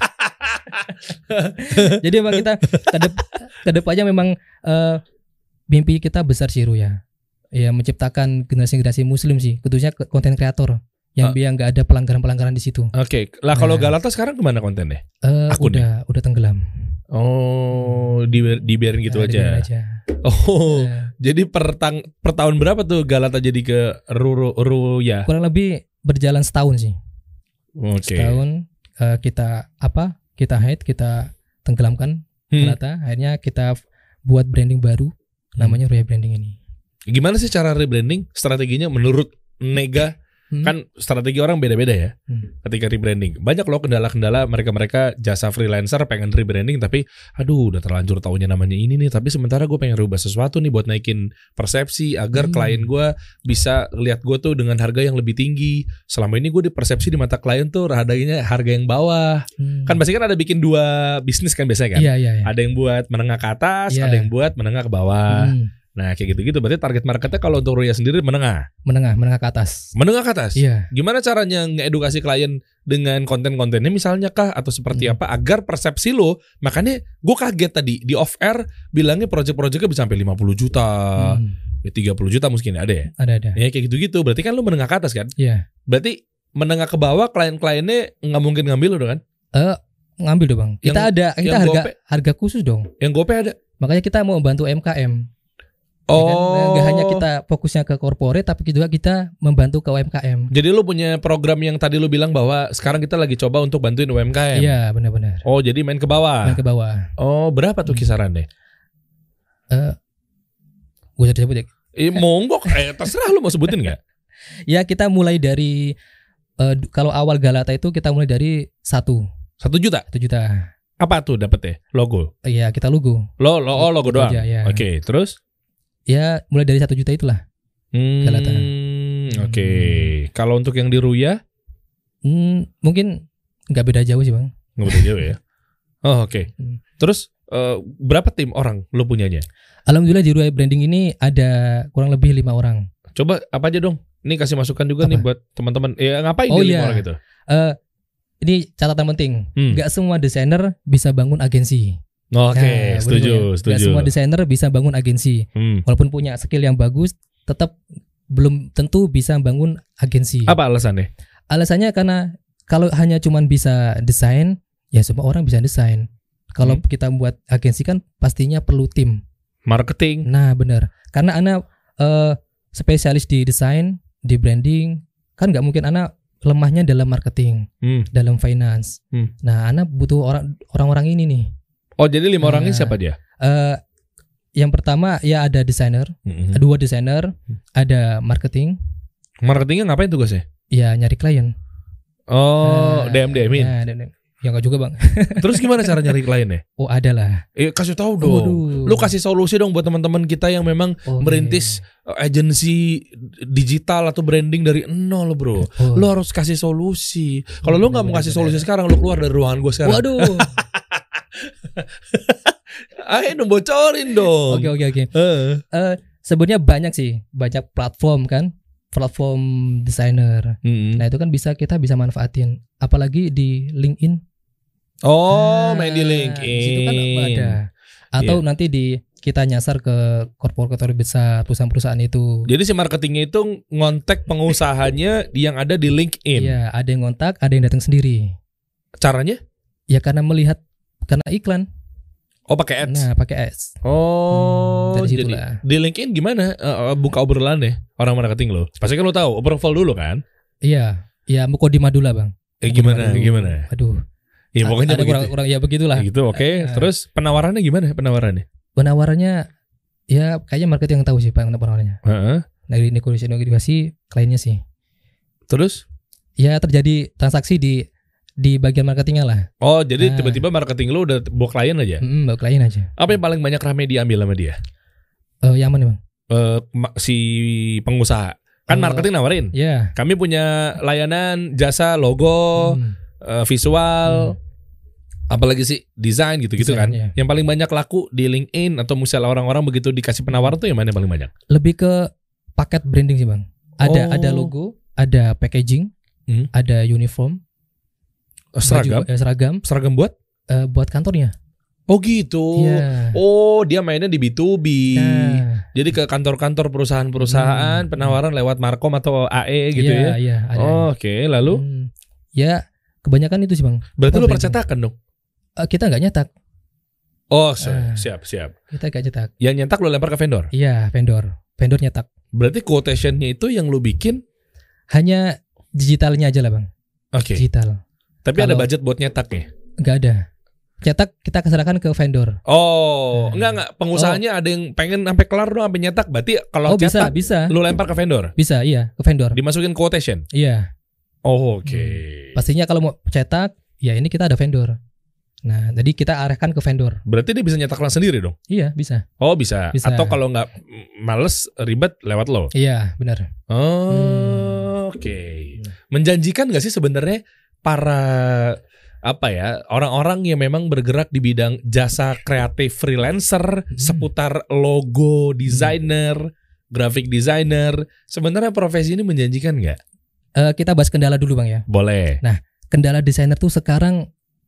Jadi memang kita kedepannya memang mimpi kita besar sih Ruya. Ya menciptakan generasi Muslim sih, khususnya konten kreator yang biar nggak ada pelanggaran di situ. Oke. Lah kalau Galata sekarang kemana kontennya? Udah tenggelam. Oh, dibiarin gitu aja. Oh, jadi per tahun berapa tuh Galata jadi ke Ruya? Kurang lebih berjalan setahun sih. Oke. Setahun kita hide, kita tenggelamkan Galata. Akhirnya kita buat branding baru, namanya Ruya Branding ini. Gimana sih cara rebranding? Strateginya menurut Nega? Kan strategi orang beda-beda ya ketika rebranding. Banyak loh kendala-kendala mereka jasa freelancer pengen rebranding tapi aduh udah terlanjur taunya namanya ini nih, tapi sementara gue pengen rubah sesuatu nih buat naikin persepsi agar klien gue bisa lihat gue tuh dengan harga yang lebih tinggi. Selama ini gue dipersepsi di mata klien tuh harganya harga yang bawah. Kan pasti kan ada bikin 2 bisnis kan biasanya kan. Iya. Ada yang buat menengah ke atas, ada yang buat menengah ke bawah. Nah kayak gitu-gitu berarti target marketnya kalau untuk Ruya sendiri menengah ke atas. Menengah ke atas? Iya. Gimana caranya ngedukasi klien dengan konten-kontennya misalnya kah atau seperti apa agar persepsi lo, makanya gue kaget tadi di off air bilangnya project-projectnya bisa sampai 50 juta, 30 juta mungkin ada ya? Ada. Ya kayak gitu-gitu berarti kan lo menengah ke atas kan? Iya. Berarti menengah ke bawah klien-kliennya nggak mungkin ngambil lo dong kan? Ngambil dong bang. Kita harga khusus dong. Yang GoPay ada? Makanya kita mau bantu UMKM. Nggak hanya kita fokusnya ke corporate tapi juga kita membantu ke UMKM. Jadi lu punya program yang tadi lu bilang bahwa sekarang kita lagi coba untuk bantuin UMKM. Iya benar-benar. Oh jadi main ke bawah. Oh berapa tuh kisarannya? Gue bisa disebut ya? Monggo terserah lu mau sebutin nggak? Ya kita mulai dari kalau awal Galata itu kita mulai dari 1 juta. Apa tuh dapetnya? Logo? Iya kita logo. Logo doang? Ya. Oke, terus? Ya mulai dari 1 juta itulah Galata. Oke. Kalau untuk yang di Ruya? Mungkin nggak beda jauh sih bang. Nggak beda jauh ya? Oh oke. Terus berapa tim orang lo punyanya? Alhamdulillah di Ruya Branding ini ada kurang lebih 5 orang. Coba apa aja dong? Ini kasih masukan juga nih buat teman-teman. Ya ngapain dia 5 orang itu? Ini catatan penting. Nggak semua desainer bisa bangun agensi. Oke, setuju. Gak semua desainer bisa bangun agensi. Walaupun punya skill yang bagus, tetap belum tentu bisa bangun agensi. Apa alasannya? Alasannya karena kalau hanya cuman bisa desain, ya semua orang bisa desain. Kalau kita buat agensi kan pastinya perlu tim. Marketing. Nah benar. Karena Ana spesialis di desain, di branding, kan nggak mungkin Ana lemahnya dalam marketing, dalam finance. Nah Ana butuh orang-orang ini nih. Oh jadi 5 orang ini siapa dia? Yang pertama ya ada desainer, 2 desainer, ada marketing. Marketingnya ngapain tugasnya? Ya nyari klien. Oh DM-in. Ya enggak juga bang. Terus gimana cara nyari kliennya? Oh ada lah. Kasih tahu dong. Lu kasih solusi dong buat teman-teman kita yang memang merintis agensi digital atau branding dari nol bro. Lu harus kasih solusi. Kalau lu nggak mau kasih solusi sekarang, lu keluar dari ruangan gue sekarang. Waduh. Ayo dong bocorin dong. Oke. Sebenarnya banyak platform kan, platform desainer. Nah itu kan kita bisa manfaatin, apalagi di LinkedIn. Main di LinkedIn. Di situ kan ada. Atau nanti kita nyasar ke korporator besar, perusahaan-perusahaan itu. Jadi si marketingnya itu ngontak pengusahanya yang ada di LinkedIn. Iya, ada yang ngontak, ada yang datang sendiri. Caranya? Ya karena iklan. Pakai ads. Nah, pakai ads. Jadi di LinkedIn gimana buka obrolan deh orang marketing lo? Pasti kan lo tahu, approval dulu kan? Iya, mukodimah dulu lah bang. Gimana? Aduh. Ya pokoknya kurang ya begitulah. Gitu, oke. Terus penawarannya gimana? Penawarannya ya kayaknya marketing yang tahu sih pak penawarannya. Nah negosiasi kliennya sih. Terus? Ya terjadi transaksi di bagian marketingnya lah. Jadi tiba-tiba marketing lo udah bawa klien aja? Bawa klien aja. Apa yang paling banyak rame diambil sama dia? Yang mana bang? Si pengusaha. Kan marketing nawarin. Iya. Kami punya layanan jasa logo, visual, apalagi sih desain gitu-gitu kan. Iya. Yang paling banyak laku di LinkedIn atau misalnya orang-orang begitu dikasih penawaran tuh yang mana yang paling banyak? Lebih ke paket branding sih Bang. Ada logo, ada packaging, ada uniform, seragam. Seragam buat? Buat kantornya. Oh gitu. Yeah. Oh dia mainnya di B2B. Nah. Jadi ke kantor-kantor perusahaan penawaran lewat Markom atau AE gitu ya. Iya, ada. Oke, lalu? Ya kebanyakan itu sih Bang. Berarti lu percetakan dong? Kita nggak nyetak. Oh siap. Kita nggak nyetak. Yang nyetak lu lempar ke vendor? Iya vendor nyetak. Berarti quotation-nya itu yang lu bikin? Hanya digitalnya aja lah Bang. Oke. Digital. Tapi ada budget buat nyetaknya? Nggak ada. Cetak kita serahkan ke vendor. Oh, enggak. Pengusahanya ada yang pengen sampai kelar dong sampai nyetak. Berarti kalau cetak bisa. Lu lempar ke vendor? Bisa, iya, ke vendor. Dimasukin quotation? Iya. Oh, oke. Pastinya kalau mau cetak, ya ini kita ada vendor. Nah, jadi kita arahkan ke vendor. Berarti dia bisa nyetak sendiri dong? Iya, bisa. Oh, bisa. Atau kalau nggak males ribet lewat lo? Iya, benar. Oh, oke. Menjanjikan nggak sih sebenarnya para orang-orang yang memang bergerak di bidang jasa kreatif freelancer seputar logo designer, graphic designer, sebenarnya profesi ini menjanjikan nggak? Kita bahas kendala dulu Bang ya. Boleh. Nah, kendala desainer tuh sekarang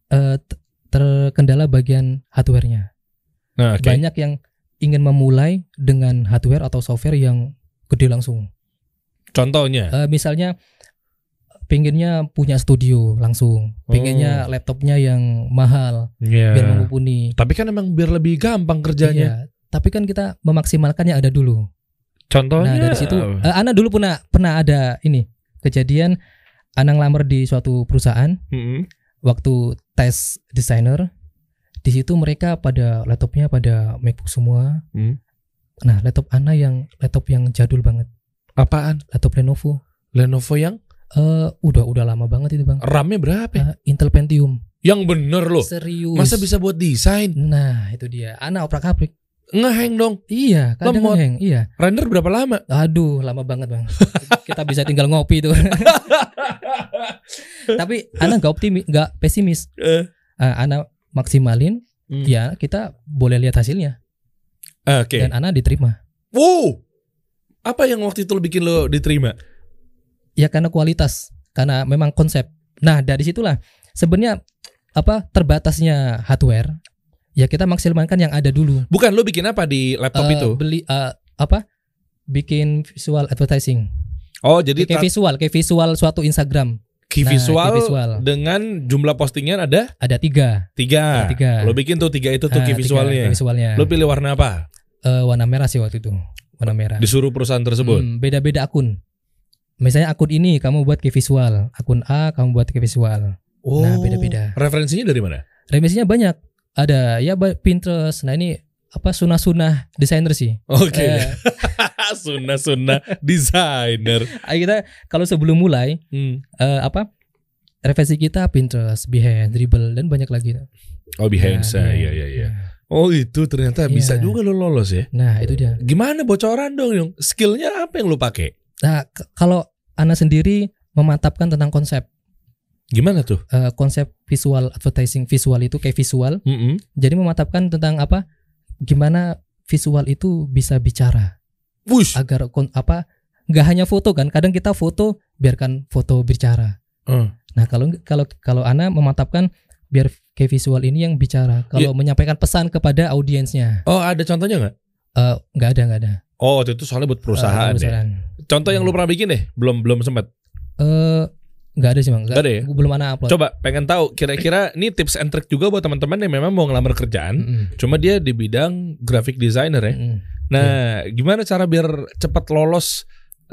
terkendala bagian hardware-nya. Banyak yang ingin memulai dengan hardware atau software yang gede langsung. Contohnya? Misalnya pengennya punya studio langsung, pengennya laptopnya yang mahal, biar mumpuni. Tapi kan emang biar lebih gampang kerjanya. Iya, tapi kan kita memaksimalkan yang ada dulu. Contohnya? Nah dari situ, Ana dulu pernah ada ini kejadian, Ana ngelamar di suatu perusahaan, waktu tes desainer, di situ mereka pada laptopnya pada MacBook semua. Nah laptop Ana laptop yang jadul banget. Apaan? Laptop Lenovo. Lenovo yang? Udah lama banget itu Bang. RAM-nya berapa? Intel Pentium. Yang bener loh. Serius. Masa bisa buat desain? Nah itu dia. Ana oprak-aprik. Ngeheng dong. Iya, kadang ngeheng. Iya. Render berapa lama? Aduh, lama banget Bang. Kita bisa tinggal ngopi tuh. Tapi Ana nggak pesimis. Ana maksimalin. Ya kita boleh lihat hasilnya. Oke. Dan Ana diterima. Wow. Apa yang waktu itu bikin lo diterima? Ya karena kualitas, karena memang konsep. Nah dari situlah sebenarnya terbatasnya hardware. Ya kita maksimalkan yang ada dulu. Bukan, lo bikin apa di laptop itu? Bikin visual advertising. Oh jadi kayak visual suatu Instagram. Key visual dengan jumlah postingan ada? Ada 3. Lo bikin tuh 3 itu tuh key visualnya. Lo pilih warna apa? Warna merah sih waktu itu. Warna merah. Disuruh perusahaan tersebut. Beda-beda akun. Misalnya akun ini kamu buat key visual, akun A kamu buat key visual. Nah beda-beda. Referensinya dari mana? Referensinya banyak. Ada ya Pinterest. Nah ini sunah-sunah desainer sih. Oke. Sunah-sunah desainer. Kita kalau sebelum mulai referensi kita Pinterest, Behance, Dribbble dan banyak lagi. Oh Behance, iya. Oh itu ternyata bisa juga lo lolos ya. Nah itu dia. Gimana bocoran dong? Skillnya apa yang lo pakai? Nah kalau Ana sendiri memantapkan tentang konsep. Gimana tuh? Konsep visual advertising, visual itu kayak visual. Jadi memantapkan tentang gimana visual itu bisa bicara. Wush. Agar nggak hanya foto kan, kadang kita foto biarkan foto bicara. Nah kalau Ana memantapkan biar kayak visual ini yang bicara. Kalau menyampaikan pesan kepada audiensnya. Oh ada contohnya nggak? Nggak ada. Oh itu soalnya buat perusahaan ya. Contoh yang lu pernah bikin deh? Belum sempat. Nggak ada sih Bang. Nggak ada ya? Belum Ana upload. Coba pengen tahu kira-kira ini tips and trick juga buat teman-teman yang memang mau ngelamar kerjaan. Cuma dia di bidang graphic designer ya. Nah gimana cara biar cepat lolos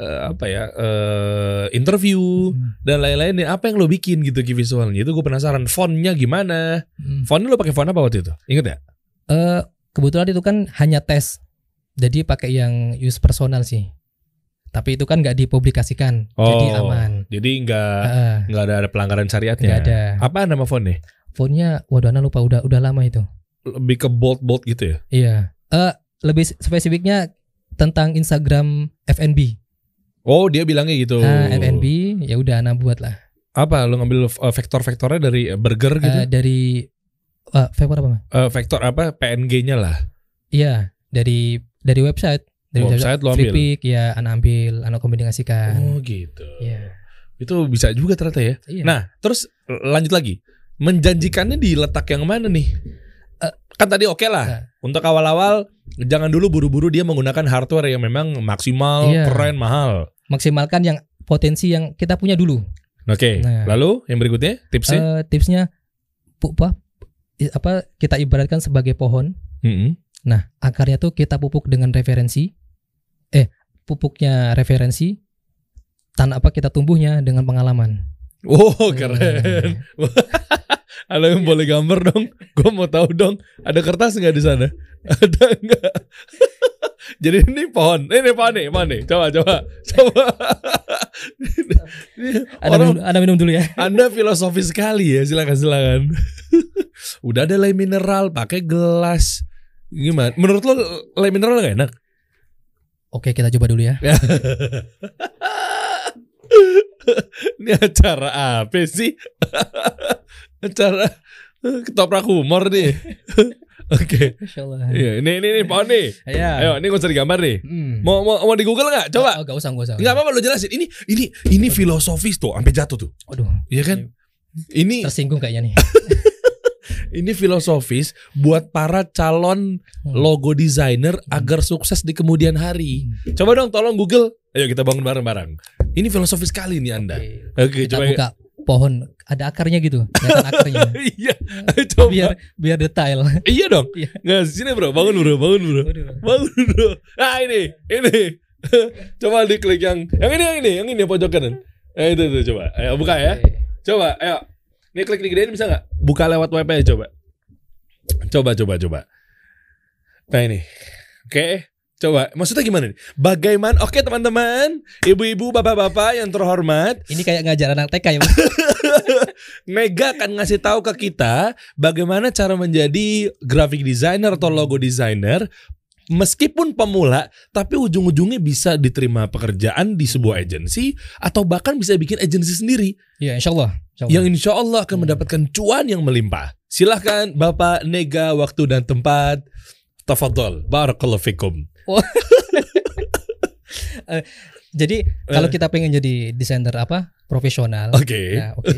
interview dan lain-lain. Apa yang lo bikin gitu key visualnya? Itu gue penasaran. Fontnya gimana? Fontnya lo pakai font apa waktu itu? Ingat ya? Kebetulan itu kan hanya tes. Jadi pakai yang use personal sih. Tapi itu kan nggak dipublikasikan, jadi aman. Jadi nggak ada pelanggaran syariatnya. Nggak ada. Apa nama fontnya? Fontnya, waduh, Ana lupa. Udah lama itu. Lebih ke bold gitu ya? Iya. Lebih spesifiknya tentang Instagram F&B. Oh, dia bilangnya gitu. F&B, ya udah Ana buat lah. Apa? Lo ngambil vektor-vektornya dari burger gitu? Dari vektor apa? Vektor apa? PNG-nya lah. Iya, dari website. Dari website lo ambil. Flippic, ya Ana ambil, Ana kombinasikan. Oh gitu. Iya. Itu bisa juga ternyata ya. Iya. Nah, terus lanjut lagi. Menjanjikannya di letak yang mana nih? Kan tadi oke lah. Untuk awal-awal jangan dulu buru-buru dia menggunakan hardware yang memang maksimal, keren, mahal. Maksimalkan yang potensi yang kita punya dulu. Oke. Nah, lalu yang berikutnya tipsnya? Tipsnya kita ibaratkan sebagai pohon. Nah, akarnya tuh kita pupuk dengan referensi. Pupuknya referensi. Kita tumbuhnya dengan pengalaman. Oh, keren. Ada yang boleh gambar dong? Gue mau tahu dong. Ada kertas nggak di sana? Ada nggak? Jadi ini pohon. Ini pohon nih, mana nih? Coba. Anda minum dulu ya. Anda filosofi sekali ya. Silakan. Udah ada lem mineral, pakai gelas. Gimana? Menurut lo lem mineral nggak enak? Oke, kita coba dulu ya. Ini acara apa sih? Acara ketoprak humor nih. Oke. Iya, ini pohon nih. Ayo, ini gak usah digambar nih. Mau di Google nggak? Coba. Gak usah. Nggak apa-apa, lo jelasin. Ini filosofis tuh, sampai jatuh tuh. Aduh. Iya kan? Ini tersinggung kayaknya nih. Ini filosofis buat para calon logo designer agar sukses di kemudian hari. Coba dong, tolong Google. Ayo kita bangun bareng-bareng. Ini filosofis sekali nih Anda. Oke, kita coba buka pohon, ada akarnya gitu, kelihatan akarnya. Iya, coba. Biar detail. Iya dong. Nggak, sini bro, bangun bro. Nah ini. Coba diklik yang ini pojok kanan. Itu coba. Ayo buka ya. Coba, ayo. Ini klik digedein bisa nggak? Buka lewat WP coba. Coba. Nah ini. Oke. Coba, maksudnya gimana nih? Bagaimana? Oke teman-teman, ibu-ibu, bapak-bapak yang terhormat. Ini kayak ngajar anak TK ya, Mas. Mega akan ngasih tahu ke kita bagaimana cara menjadi graphic designer atau logo designer. Meskipun pemula, tapi ujung-ujungnya bisa diterima pekerjaan di sebuah agensi atau bahkan bisa bikin agensi sendiri. Ya, insya Allah. Yang insya Allah akan mendapatkan cuan yang melimpah. Silahkan Bapak Nega, waktu dan tempat. Tafadhol, barakallahu fikum. Jadi kalau kita pengen jadi desainer profesional. Oke.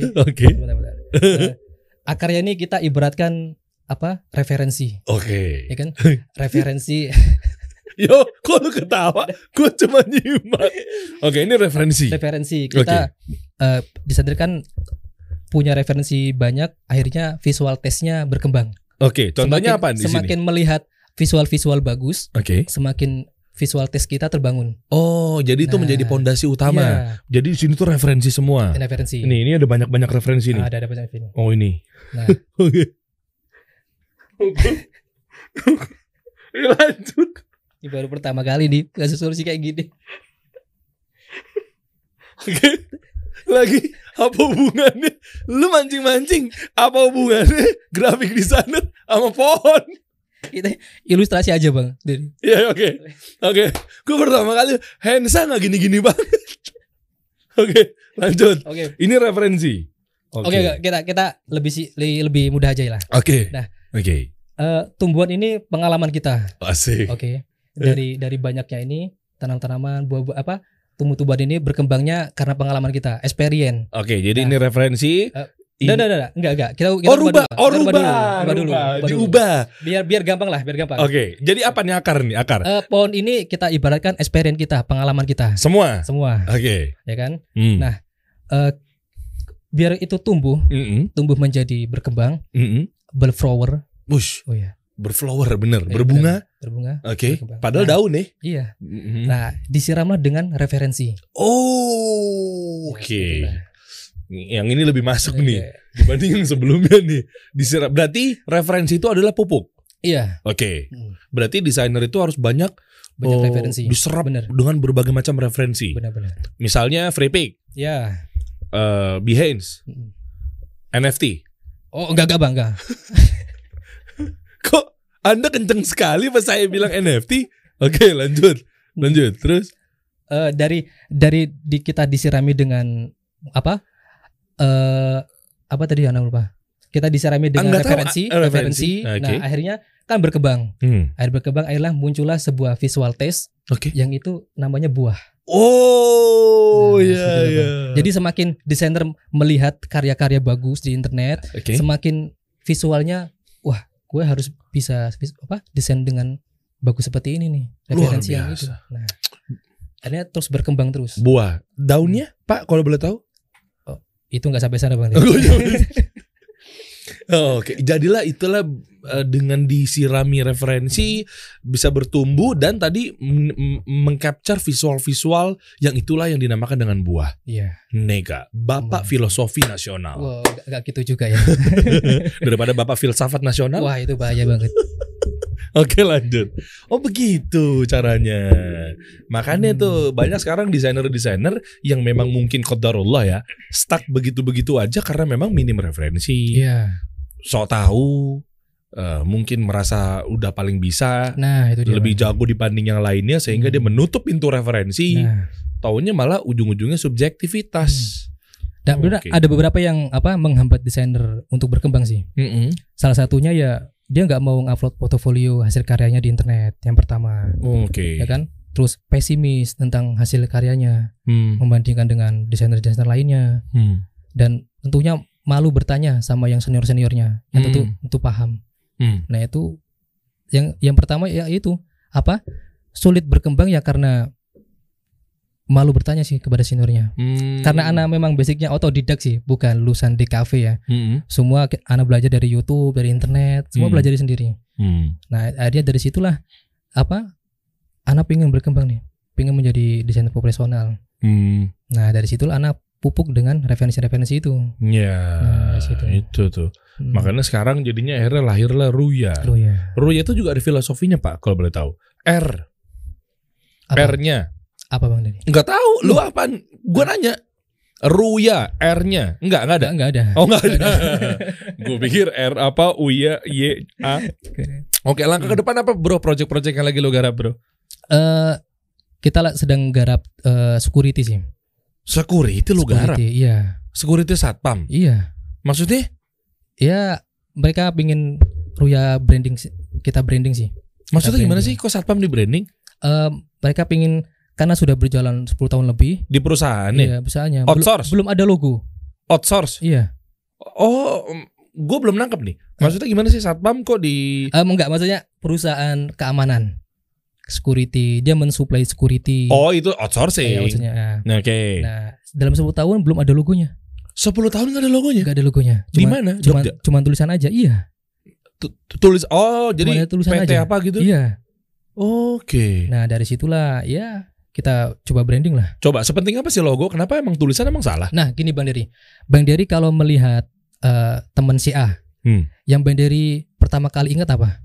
Akarnya ini kita ibaratkan referensi. Oke. Ya kan? Referensi. Yo, kok lu ketawa? Gue cuma nyimak. Oke, ini referensi. Kita desainer kan punya referensi banyak, akhirnya visual testnya berkembang. Oke, contohnya apa di sini? Semakin melihat visual bagus, semakin visual test kita terbangun. Oh, jadi itu menjadi pondasi utama. Iya. Jadi di sini tuh referensi semua. Referensi. Ini ada banyak referensi nih. Ada banyak referensi. Oh, ini. Nah. Oke. Lanjut. Ini baru pertama kali nih ngasih solusi kayak gini. Oke. Lagi apa hubungannya? Lu mancing-mancing. Apa hubungannya graphic designer sama pohon? Kita ilustrasi aja bang. Iya oke. Gue pertama kali Hensa nggak gini-gini banget. Oke, lanjut. Ini referensi. Oke, kita lebih mudah aja lah. Oke. Nah, tumbuhan ini pengalaman kita. Asik. Oke. Dari banyaknya ini tanaman-tanaman, buah-buah tumbuh-tumbuhan ini berkembangnya karena pengalaman kita, experience. Oke, jadi ini referensi. Enggak. Kita rubah dulu. Diubah. Biar gampang lah, Oke, jadi apa nih akar nih? Pohon ini kita ibaratkan experience kita, pengalaman kita. Semua. Oke. Ya kan? Nah, biar itu tumbuh menjadi berkembang, berflower. Oh ya. Berflower bener, berbunga. Oke. Padahal daun nih. Iya. Nah, disiramlah dengan referensi. Oh, oke. Yang ini lebih masuk nih dibanding yang sebelumnya nih. Diserap. Berarti referensi itu adalah pupuk. Iya. Oke. Berarti desainer itu harus banyak referensi. Diserap dengan berbagai macam referensi. Benar. Misalnya Flippic. Ya. Behance. NFT. Oh, enggak. Kok Anda kenceng sekali pas saya bilang NFT? Oke, lanjut. Terus dari kita disirami dengan apa tadi Ana lupa. Kita disirami dengan referensi. Okay. Nah, akhirnya kan berkembang. Akhirnya muncullah sebuah visual taste yang itu namanya buah. Oh, iya. Jadi semakin desainer melihat karya-karya bagus di internet, semakin visualnya, wah, gue harus bisa desain dengan bagus seperti ini nih. Referensi yang itu. Nah, akhirnya terus berkembang terus. Buah. Daunnya, Pak, kalau boleh tahu? Oh, itu nggak sampai sana, Bang. Oke, jadilah itulah dengan disirami referensi bisa bertumbuh dan tadi mengcapture visual-visual yang itulah yang dinamakan dengan buah. Iya. Nega, Bapak Filosofi Nasional. Wow, gak gitu juga ya. Daripada Bapak Filsafat Nasional. Wah, itu bahaya banget. Oke, lanjut. Oh, begitu caranya. Makanya tuh banyak sekarang desainer-desainer yang memang mungkin qadarullah ya, stuck begitu-begitu aja karena memang minim referensi. Iya. Sok tahu, mungkin merasa udah paling bisa. Nah, itu dia. Lebih jago dibanding yang lainnya sehingga dia menutup pintu referensi. Nah. Taunya malah ujung-ujungnya subjektivitas. Dan ada beberapa yang menghambat desainer untuk berkembang sih. Salah satunya ya dia nggak mau ngupload portofolio hasil karyanya di internet yang pertama, ya kan? Terus pesimis tentang hasil karyanya, membandingkan dengan desainer-desainer lainnya, dan tentunya malu bertanya sama yang senior-seniornya, yang tentu paham. Nah itu yang pertama ya itu sulit berkembang ya karena malu bertanya sih kepada seniornya. Karena Ana memang basicnya otodidak sih, bukan lulusan DKV ya. Semua Ana belajar dari YouTube, dari internet, semua belajar sendiri. Nah, akhirnya dari situlah Ana pengen berkembang nih, pengen menjadi desainer profesional. Nah, dari situlah Ana pupuk dengan referensi-referensi itu. Ya, itu tuh. Makanya sekarang jadinya akhirnya lahirlah Ruya. Ruya itu juga ada filosofinya, Pak, kalau boleh tahu. R-nya. Apa Bang Dedi? Enggak tahu, lu apaan? Gua nanya. Ruya, R-nya. Enggak ada. Enggak ada. Oh, enggak ada. Gue pikir R apa, Uya, Y, A. Oke, langkah ke depan apa, Bro? Project-project yang lagi lo garap, Bro? Kita sedang garap security sih. Security lu garap? Iya. Security satpam? Iya. Maksudnya? Ya, mereka pingin Ruya branding, kita branding sih. Maksudnya gimana sih? Kok satpam di branding? Mereka pingin, karena sudah berjalan 10 tahun lebih di perusahaan nih. Iya, perusahaannya. Outsource. Belum ada logo. Outsource. Iya. Oh, gue belum nangkep nih. Maksudnya gimana sih satpam kok di? Enggak, maksudnya perusahaan keamanan, security. Dia mensuplai security. Oh, itu outsourcing. Iya, maksudnya. Oke. Nah, dalam 10 tahun belum ada logonya. 10 tahun nggak ada logonya? Nggak ada logonya. Di mana? Cuma tulisan aja. Iya. Tulis. Oh, jadi PT aja. apa gitu? Iya. Oke. Nah, dari situlah ya kita coba branding lah. Coba, sepenting apa sih logo? Kenapa emang tulisan emang salah? Nah, gini Bang Dery kalau melihat teman si A, yang Bang Dery pertama kali ingat apa?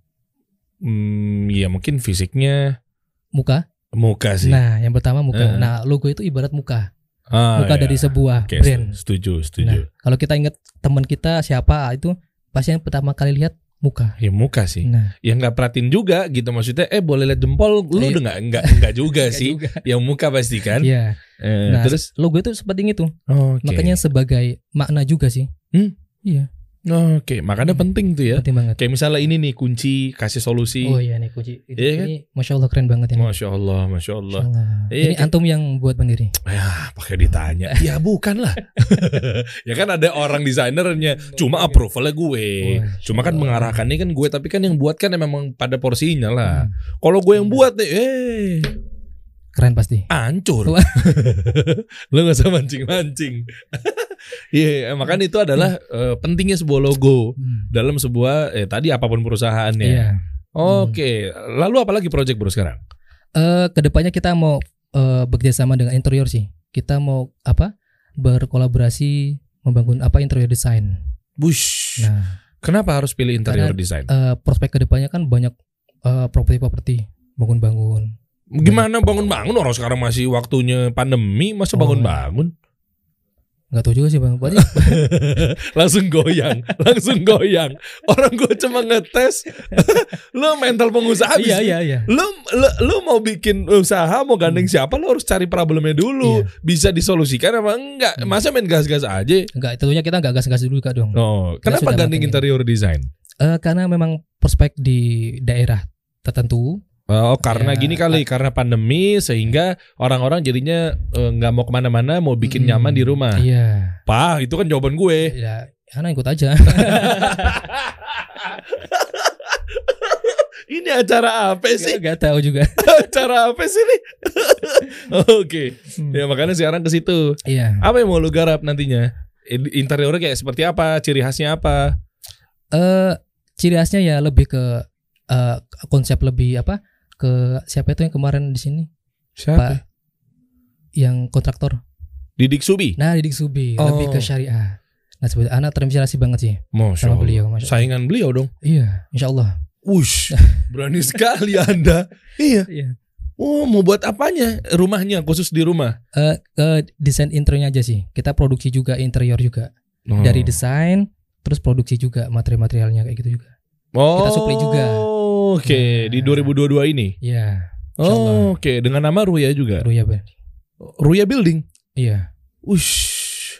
Ya mungkin fisiknya. Muka sih. Nah, yang pertama muka. Nah, logo itu ibarat muka. Muka dari sebuah brand. Setuju. Nah, kalau kita ingat teman kita siapa itu, pasti yang pertama kali lihat muka. Ya muka sih. Nah. Yang nggak perhatiin juga gitu, maksudnya boleh lihat jempol, lu udah nggak juga sih. Yang muka pasti kan. Iya. Nah, terus logo itu seperti itu. Makanya sebagai makna juga sih. Iya. Oke, makanya penting tuh ya. Penting banget. Kayak misalnya ini nih kunci, kasih solusi. Oh iya nih kunci. Ini Masya Allah keren banget ini. Masya Allah. Ini antum yang buat Bang Dery. Ya pakai ditanya. Ya bukan lah. Ya kan ada orang desainernya. Cuma approvalnya gue. Cuma kan mengarahkannya kan gue. Tapi kan yang buat kan memang pada porsinya lah. Kalau gue yang buat nih keren pasti. Hancur. Lu gak usah mancing-mancing. Iya, makanya itu adalah pentingnya sebuah logo dalam sebuah tadi apapun perusahaannya. Iya. Oke, lalu apa lagi project Bro sekarang? Kedepannya kita mau bekerja sama dengan interior sih. Kita mau berkolaborasi membangun interior design. Bush. Nah, kenapa harus pilih interior design? Prospek kedepannya kan banyak properti bangun-bangun. Gimana bangun-bangun, orang sekarang masih waktunya pandemi, masa bangun-bangun? Nggak tahu juga sih bang. langsung goyang. Orang gue cuma ngetes. Lo mental pengusaha. Iya. Lo mau bikin usaha, mau gandeng siapa, lo harus cari problemnya dulu. Bisa disolusikan apa enggak? Masa main gas-gas aja? Enggak, tentunya kita enggak gas-gas dulu Kak dong. Oh, kenapa gandeng interior design? Karena memang prospek di daerah tertentu. Oh, karena gini kali, karena pandemi sehingga orang-orang jadinya nggak mau kemana-mana, mau bikin nyaman di rumah. Iya. Pak, itu kan jawaban gue. Ya, karena ikut aja. Ini acara apa sih? Gak tahu juga. Acara apa sih nih? Oke. Ya makanya sekarang ke situ. Iya. Apa yang mau lu garap nantinya? Interiornya kayak seperti apa? Ciri khasnya apa? Ciri khasnya ya lebih ke konsep lebih apa? Ke siapa itu yang kemarin di sini? Siapa? Pak, yang kontraktor. Didik Subi. Nah, Didik Subi lebih ke syariah. Nah, sebetulnya anak terinspirasi banget sih sama beliau. Saingan beliau dong. Iya, insya Allah. Wush, berani sekali Anda. Iya. Oh, mau buat apanya? Rumahnya khusus di rumah? Desain interiornya aja sih. Kita produksi juga interior juga. Dari desain, terus produksi juga material-materialnya kayak gitu juga. Kita supply juga. Oke, di 2022 ini. Iya. Oke, dengan nama Ruya juga. Ruya Building. Iya. Wush,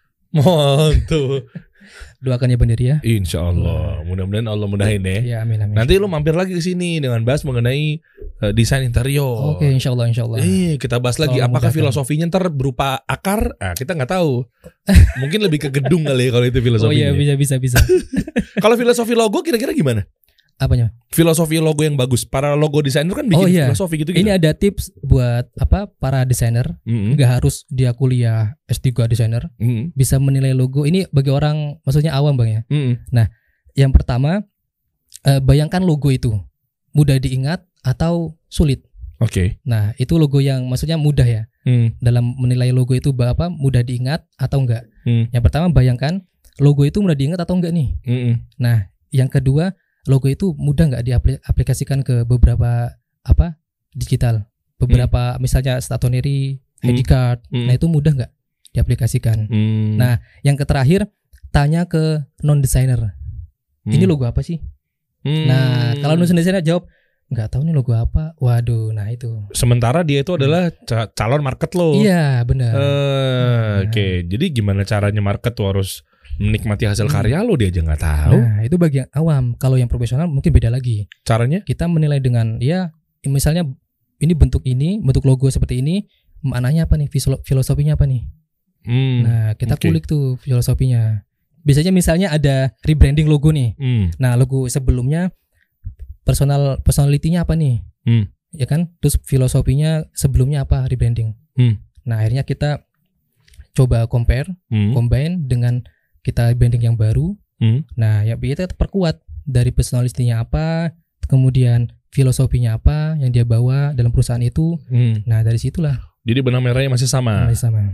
mantap. Doakan ya bener ya. Insya Allah. Mudah-mudahan Allah mudahin ya. Ya, amin. Nanti lu mampir lagi ke sini dengan bahas mengenai desain interior. Oke, insya Allah. Kita bahas lagi apakah filosofinya ntar berupa akar? Nah, kita nggak tahu. Mungkin lebih ke gedung kali ya kalau itu filosofinya. Oh iya, bisa. Kalau filosofi logo kira-kira gimana? Apanya? Filosofi logo yang bagus. Para logo desainer kan bikin filosofi gitu. Ini ada tips buat para desainer. Nggak harus dia kuliah S3 desainer. Bisa menilai logo. Ini bagi orang maksudnya awam bang ya. Nah, yang pertama bayangkan logo itu mudah diingat atau sulit. Oke. Nah, itu logo yang maksudnya mudah ya. Dalam menilai logo itu mudah diingat atau enggak. Yang pertama bayangkan logo itu mudah diingat atau enggak nih. Nah, yang kedua logo itu mudah nggak diaplikasikan ke beberapa digital, beberapa misalnya stationery, ID card. Nah itu mudah nggak diaplikasikan. Nah yang terakhir tanya ke non designer, ini logo apa sih? Nah kalau non designer jawab nggak tahu nih logo apa, waduh, nah itu. Sementara dia itu adalah calon market lo. Iya benar. Oke, jadi gimana caranya market tuh harus menikmati hasil karya lo, dia aja nggak tahu. Nah itu bagi yang awam. Kalau yang profesional mungkin beda lagi. Caranya? Kita menilai dengan misalnya ini bentuk logo seperti ini, maknanya apa nih, filosofinya apa nih. Nah kita kulik tuh filosofinya. Biasanya misalnya ada rebranding logo nih. Nah logo sebelumnya personality-nya apa nih, ya kan? Terus filosofinya sebelumnya apa, rebranding. Nah akhirnya kita coba combine dengan kita branding yang baru. Nah, ya kita perkuat dari personality-nya apa, kemudian filosofinya apa yang dia bawa dalam perusahaan itu. Nah, dari situlah. Jadi benang merahnya masih sama.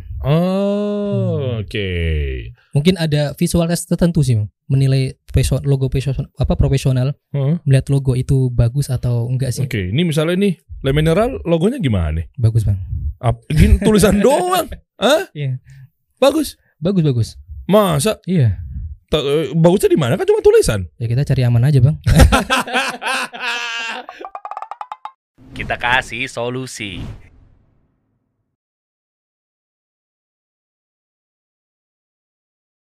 Oke. Mungkin ada visual test tertentu sih, menilai logo profesional, melihat logo itu bagus atau enggak sih. Oke, ini misalnya nih Le Mineral logonya gimana nih? Bagus, Bang. Gini tulisan doang. Hah? Iya. Bagus. Masa? Iya. Bagusnya di mana, kan cuma tulisan. Ya kita cari aman aja, Bang. Kita kasih solusi.